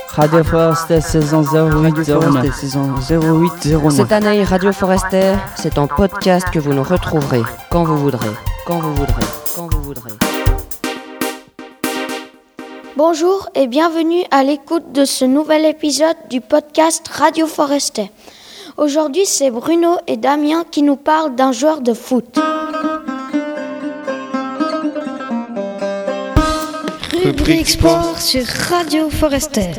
Radio Forester saison 0809. Cette année, Radio Forester, c'est en podcast que vous nous retrouverez quand vous voudrez. Bonjour et bienvenue à l'écoute de ce nouvel épisode du podcast Radio Forester. Aujourd'hui, c'est Bruno et Damien qui nous parlent d'un joueur de foot. Rubrique sport sur Radio Forester.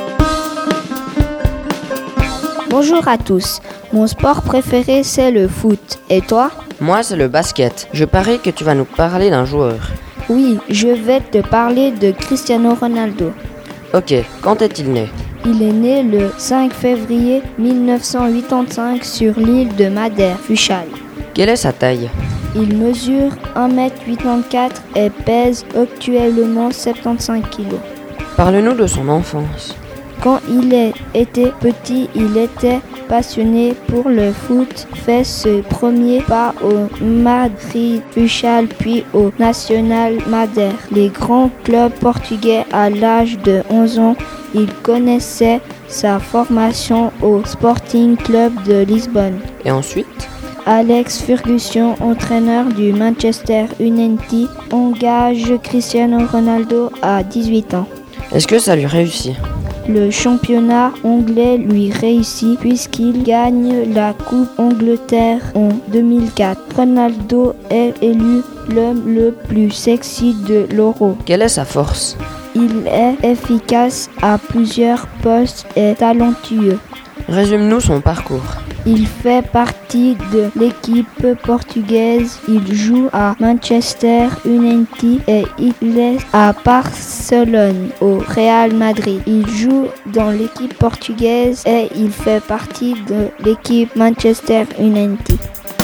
Bonjour à tous, mon sport préféré c'est le foot, et toi ? Moi, c'est le basket. Je parie que tu vas nous parler d'un joueur. Oui, je vais te parler de Cristiano Ronaldo. Ok, quand est-il né ? Il est né le 5 février 1985 sur l'île de Madère, Fuchal. Quelle est sa taille ? Il mesure 1m84 et pèse actuellement 75 kg. Parle-nous de son enfance. Quand il était petit, il était passionné pour le foot, fait ses premiers pas au Madrid Fuchal puis au National Madère, les grands clubs portugais. À l'âge de 11 ans, il connaissait sa formation au Sporting Club de Lisbonne. Et ensuite ? Alex Ferguson, entraîneur du Manchester United, engage Cristiano Ronaldo à 18 ans. Est-ce que ça lui réussit ? Le championnat anglais lui réussit puisqu'il gagne la Coupe Angleterre en 2004. Ronaldo est élu l'homme le plus sexy de l'Euro. Quelle est sa force ? Il est efficace à plusieurs postes et talentueux. Résume-nous son parcours. Il fait partie de l'équipe portugaise, il joue à Manchester United et il est à Barcelone, au Real Madrid. Il joue dans l'équipe portugaise et il fait partie de l'équipe Manchester United.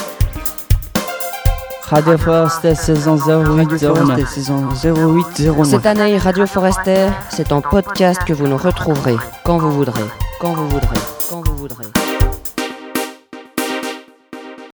Radio Forester saison 0809. Cette année, Radio Forester, c'est en podcast que vous nous retrouverez quand vous voudrez.